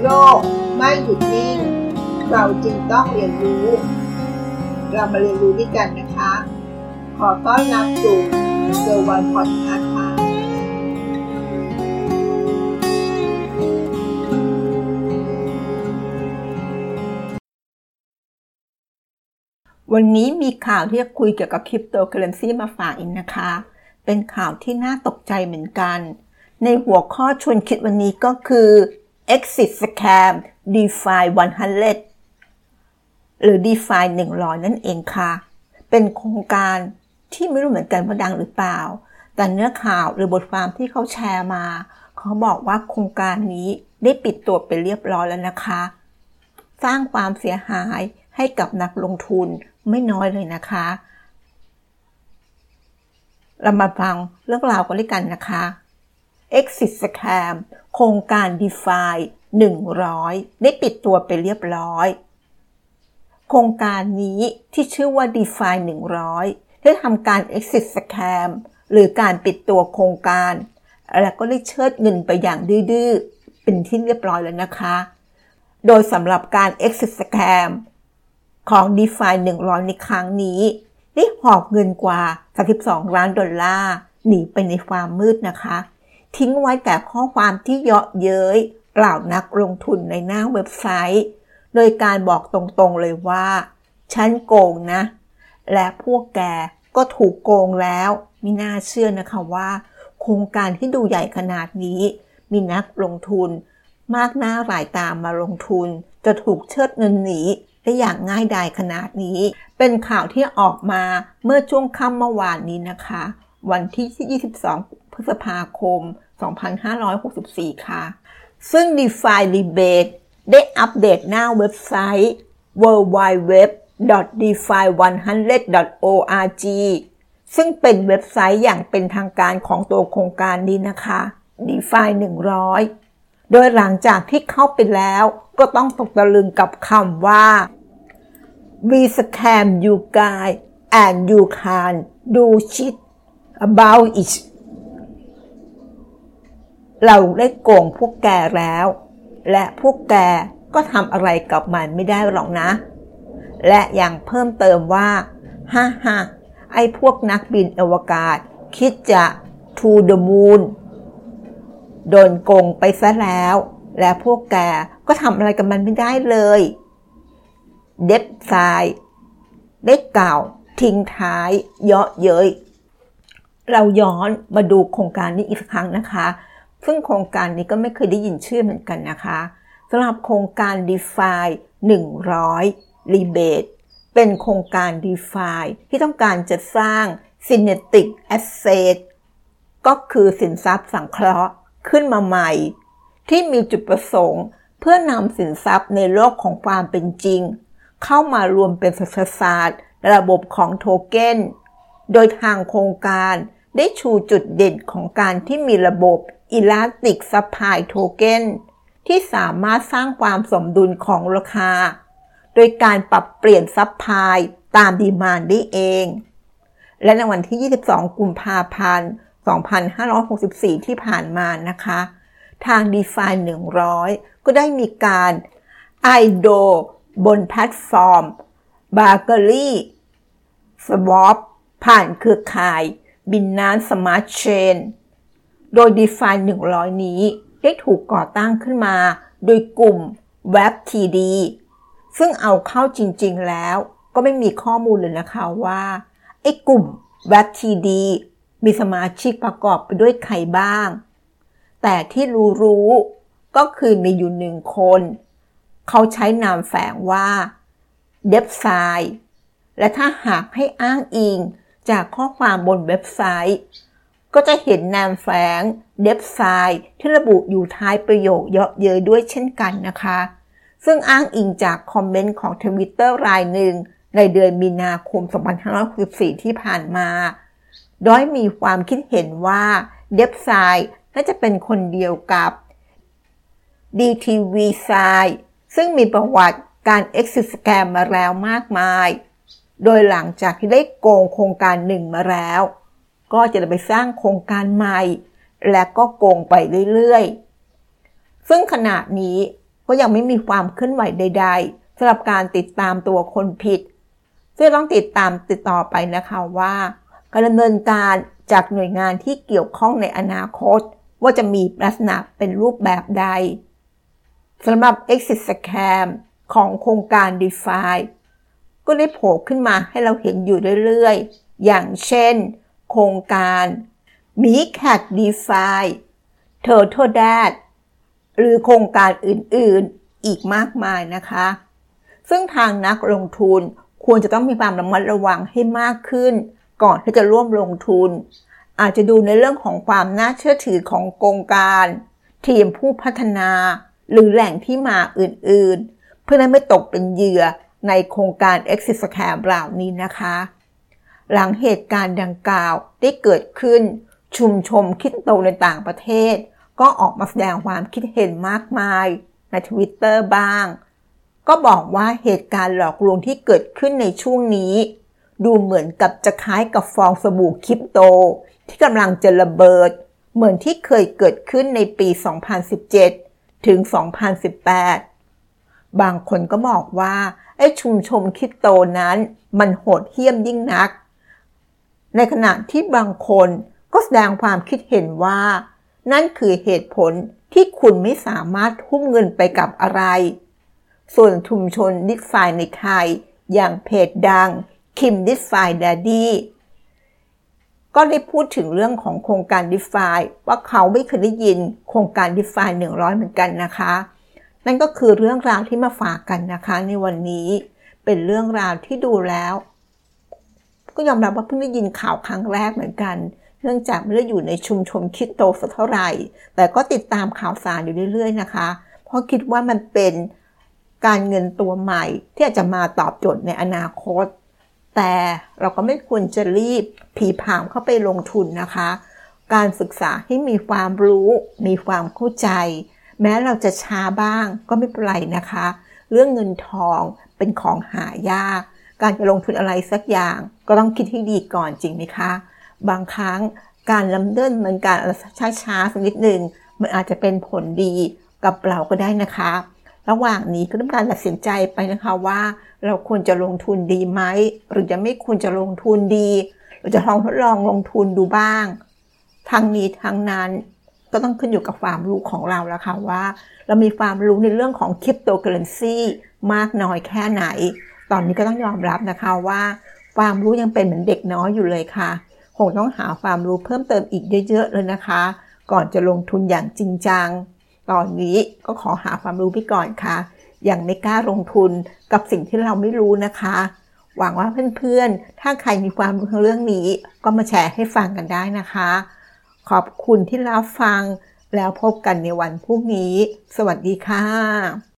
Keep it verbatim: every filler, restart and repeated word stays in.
ลกไม่หยุดนิ่งเราจึงต้องเรียนรู้เรามาเรียนรู้ด้วยกันนะคะขอต้อนรับสู่เซอร์วันพอดคาสต์ค่ะวันนี้มีข่าวที่จะคุยเกี่ยวกับคริปโตเคอเรนซีมาฝากอีกนะคะเป็นข่าวที่น่าตกใจเหมือนกันในหัวข้อชวนคิดวันนี้ก็คือ Exit Scam DeFi หนึ่งร้อยหรือ DeFi หนึ่งร้อยนั่นเองค่ะเป็นโครงการที่ไม่รู้เหมือนกันว่าดังหรือเปล่าแต่เนื้อข่าวหรือบทความที่เขาแชร์มาเขาบอกว่าโครงการนี้ได้ปิดตัวไปเรียบร้อยแล้วนะคะสร้างความเสียหายให้กับนักลงทุนไม่น้อยเลยนะคะเรามาฟังเรื่องราวกันด้วยกันนะคะ Exit Scam โครงการ DeFi หนึ่งร้อยได้ปิดตัวไปเรียบร้อยโครงการนี้ที่ชื่อว่า DeFi หนึ่งร้อยได้ทำการ Exit Scam หรือการปิดตัวโครงการแล้วก็ได้เชิดเงินไปอย่างดื้อๆเป็นที่เรียบร้อยแล้วนะคะโดยสำหรับการ Exit Scam ของ DeFi หนึ่งร้อยในครั้งนี้ได้หอบเงินกว่าสามสิบสองล้านดอลลาร์หนีไปในความมืดนะคะทิ้งไว้แต่ข้อความที่เยาะเย้ยกล่าวนักลงทุนในหน้าเว็บไซต์โดยการบอกตรงๆเลยว่าฉันโกงนะและพวกแกก็ถูกโกงแล้วไม่น่าเชื่อนะคะว่าโครงการที่ดูใหญ่ขนาดนี้มีนักลงทุนมากหน้าหลายตามาลงทุนจะถูกเชิดเงินหนีได้อย่างง่ายดายขนาดนี้เป็นข่าวที่ออกมาเมื่อช่วงค่ำเมื่อวานนี้นะคะวันที่ยี่สิบสองพฤษภาคมสองพันห้าร้อยหกสิบสี่ค่ะซึ่ง DeFi Rebate ได้อัปเดตหน้าเว็บไซต์ ดับเบิลยู ดับเบิลยู ดับเบิลยู ดอท ดีฟาย หนึ่งร้อย ดอท โอ อาร์ จี ซึ่งเป็นเว็บไซต์อย่างเป็นทางการของตัวโครงการนี้นะคะ DeFi หนึ่งร้อยโดยหลังจากที่เข้าไปแล้วก็ต้องตกตะลึงกับคำว่า We scam you guys and you can do shit about it เราได้โกงพวกแกแล้วและพวกแกก็ทำอะไรกับมันไม่ได้หรอกนะและยังเพิ่มเติมว่าฮ่าฮ่าไอ้พวกนักบินอวกาศคิดจะ to the moon โดนโกงไปซะแล้วและพวกแกก็ทำอะไรกับมันไม่ได้เลยเดฟไซด์ได้กล่าวทิ้งท้ายเยาะเย้ยเราย้อนมาดูโครงการนี้อีกครั้งนะคะซึ่งโครงการนี้ก็ไม่เคยได้ยินชื่อเหมือนกันนะคะสำหรับโครงการ DeFi หนึ่งร้อย Rebate เป็นโครงการ DeFi ที่ต้องการจะสร้าง Synthetic Asset ก็คือสินทรัพย์สังเคราะห์ขึ้นมาใหม่ที่มีจุดประสงค์เพื่อนำสินทรัพย์ในโลกของความเป็นจริงเข้ามารวมเป็นเศรษฐศาสตร์ระบบของโทเก้นโดยทางโครงการได้ชูจุดเด่นของการที่มีระบบ Elastic Supply Token ที่สามารถสร้างความสมดุลของราคาโดยการปรับเปลี่ยนซัพพลายตามดีมานด์ได้เองและในวันที่ยี่สิบสองกุมภาพันธ์สองพันห้าร้อยหกสิบสี่ที่ผ่านมานะคะทาง DeFi หนึ่งร้อยก็ได้มีการ ไอ ดี โอ บนแพลตฟอร์ม Bakery Swap ผ่านเครือข่าย Binance Smart Chain โดย DeFi หนึ่งร้อยนี้ได้ถูกก่อตั้งขึ้นมาโดยกลุ่ม ดับเบิลยู ที ดี ซึ่งเอาเข้าจริงๆแล้วก็ไม่มีข้อมูลเลยนะคะว่าไอ้กลุ่ม ดับเบิลยู ที ดี มีสมาชิกประกอบไปด้วยใครบ้างแต่ที่รู้ๆก็คือมีอยู่หนึ่งคนเขาใช้นามแฝงว่าเดฟไซด์และถ้าหากให้อ้างอิงจากข้อความบนเว็บไซต์ก็จะเห็นนามแฝงเดฟไซด์ที่ระบุอยู่ท้ายประโยคเยาะเย้ยด้วยเช่นกันนะคะซึ่งอ้างอิงจากคอมเมนต์ของ Twitter รายหนึ่งในเดือนมีนาคมสองพันห้าร้อยหกสิบสี่ที่ผ่านมาโดยมีความคิดเห็นว่าเดฟไซด์น่าจะเป็นคนเดียวกับ ดี ที วี ไซด์ ซึ่งมีประวัติการ Exit Scam มาแล้วมากมายโดยหลังจากที่ได้โกงโครงการหนึ่งมาแล้วก็จะไปสร้างโครงการใหม่และก็โกงไปเรื่อยๆซึ่งขณะนี้ก็ก็ยังไม่มีความเคลื่อนไหวใดๆสำหรับการติดตามตัวคนผิดซึ่งต้องติดตามติดต่อไปนะคะว่าการดำเนินการจากหน่วยงานที่เกี่ยวข้องในอนาคตว่าจะมีลักษณะเป็นรูปแบบใดสำหรับ Exit Scam ของโครงการ DeFi ก็ได้โผล่ขึ้นมาให้เราเห็นอยู่เรื่อยๆอย่างเช่นโครงการ Meerkat DeFi Turtle Dad หรือโครงการอื่นๆอีกมากมายนะคะซึ่งทางนักลงทุนควรจะต้องมีความระมัดระวังให้มากขึ้นก่อนที่จะร่วมลงทุนอาจจะดูในเรื่องของความน่าเชื่อถือของโครงการทีมผู้พัฒนาหรือแหล่งที่มาอื่นๆเพื่อไม่ตกเป็นเหยื่อในโครงการ Exit Scam เหล่านี้นะคะหลังเหตุการณ์ดังกล่าวได้เกิดขึ้นชุมชนคริปโตในต่างประเทศก็ออกมาแสดงความคิดเห็นมากมายใน Twitter บ้างก็บอกว่าเหตุการณ์หลอกลวงที่เกิดขึ้นในช่วงนี้ดูเหมือนกับจะคล้ายกับฟองสบู่คริปโตที่กำลังจะระเบิดเหมือนที่เคยเกิดขึ้นในปี สองพันสิบเจ็ด ถึง สองพันสิบแปด บางคนก็บอกว่าไอ้ชุมชนคริปโตนั้นมันโหดเหี้ยมยิ่งนักในขณะที่บางคนก็แสดงความคิดเห็นว่านั่นคือเหตุผลที่คุณไม่สามารถทุ่มเงินไปกับอะไรส่วนชุมชน DeFi ในไทยอย่างเพจดัง Kim DeFi Daddy ก็ได้พูดถึงเรื่องของโครงการ DeFi ว่าเขาไม่เคยได้ยินโครงการ DeFi หนึ่งร้อยเหมือนกันนะคะนั่นก็คือเรื่องราวที่มาฝากกันนะคะในวันนี้เป็นเรื่องราวที่ดูแล้วก็ยอมรับว่าเพิ่งได้ยินข่าวครั้งแรกเหมือนกันเนื่องจากไม่ได้อยู่ในชุมชนคริปโตสักเท่าไหร่แต่ก็ติดตามข่าวสารอยู่เรื่อยๆนะคะเพราะคิดว่ามันเป็นการเงินตัวใหม่ที่อาจจะมาตอบโจทย์ในอนาคตแต่เราก็ไม่ควรจะรีบผีผามเข้าไปลงทุนนะคะการศึกษาให้มีความรู้มีความเข้าใจแม้เราจะช้าบ้างก็ไม่เป็นไรนะคะเรื่องเงินทองเป็นของหายากการจะลงทุนอะไรสักอย่างก็ต้องคิดให้ดีก่อนจริงไหมคะบางครั้งการล้ำเลิศเหมือนการช้าๆสักนิดหนึ่งมันอาจจะเป็นผลดีกับเราก็ได้นะคะระหว่างนี้ก็ต้องการตัดสินใจไปนะคะว่าเราควรจะลงทุนดีไหมหรือจะไม่ควรจะลงทุนดีเราจะลองทดลองลงทุนดูบ้างทั้งนี้ทั้งนั้นก็ต้องขึ้นอยู่กับความรู้ของเราแล้วค่ะว่าเรามีความรู้ในเรื่องของคริปโตเคอเรนซีมากน้อยแค่ไหนตอนนี้ก็ต้องยอมรับนะคะว่าความรู้ยังเป็นเหมือนเด็กน้อยอยู่เลยค่ะคงต้องหาความรู้เพิ่มเติมอีกเยอะๆเลยนะคะก่อนจะลงทุนอย่างจริงจังตอนนี้ก็ขอหาความรู้ไปก่อนค่ะยังไม่กล้าลงทุนกับสิ่งที่เราไม่รู้นะคะหวังว่าเพื่อนๆถ้าใครมีความรู้เรื่องนี้ก็มาแชร์ให้ฟังกันได้นะคะขอบคุณที่รับฟังแล้วพบกันในวันพรุ่งนี้สวัสดีค่ะ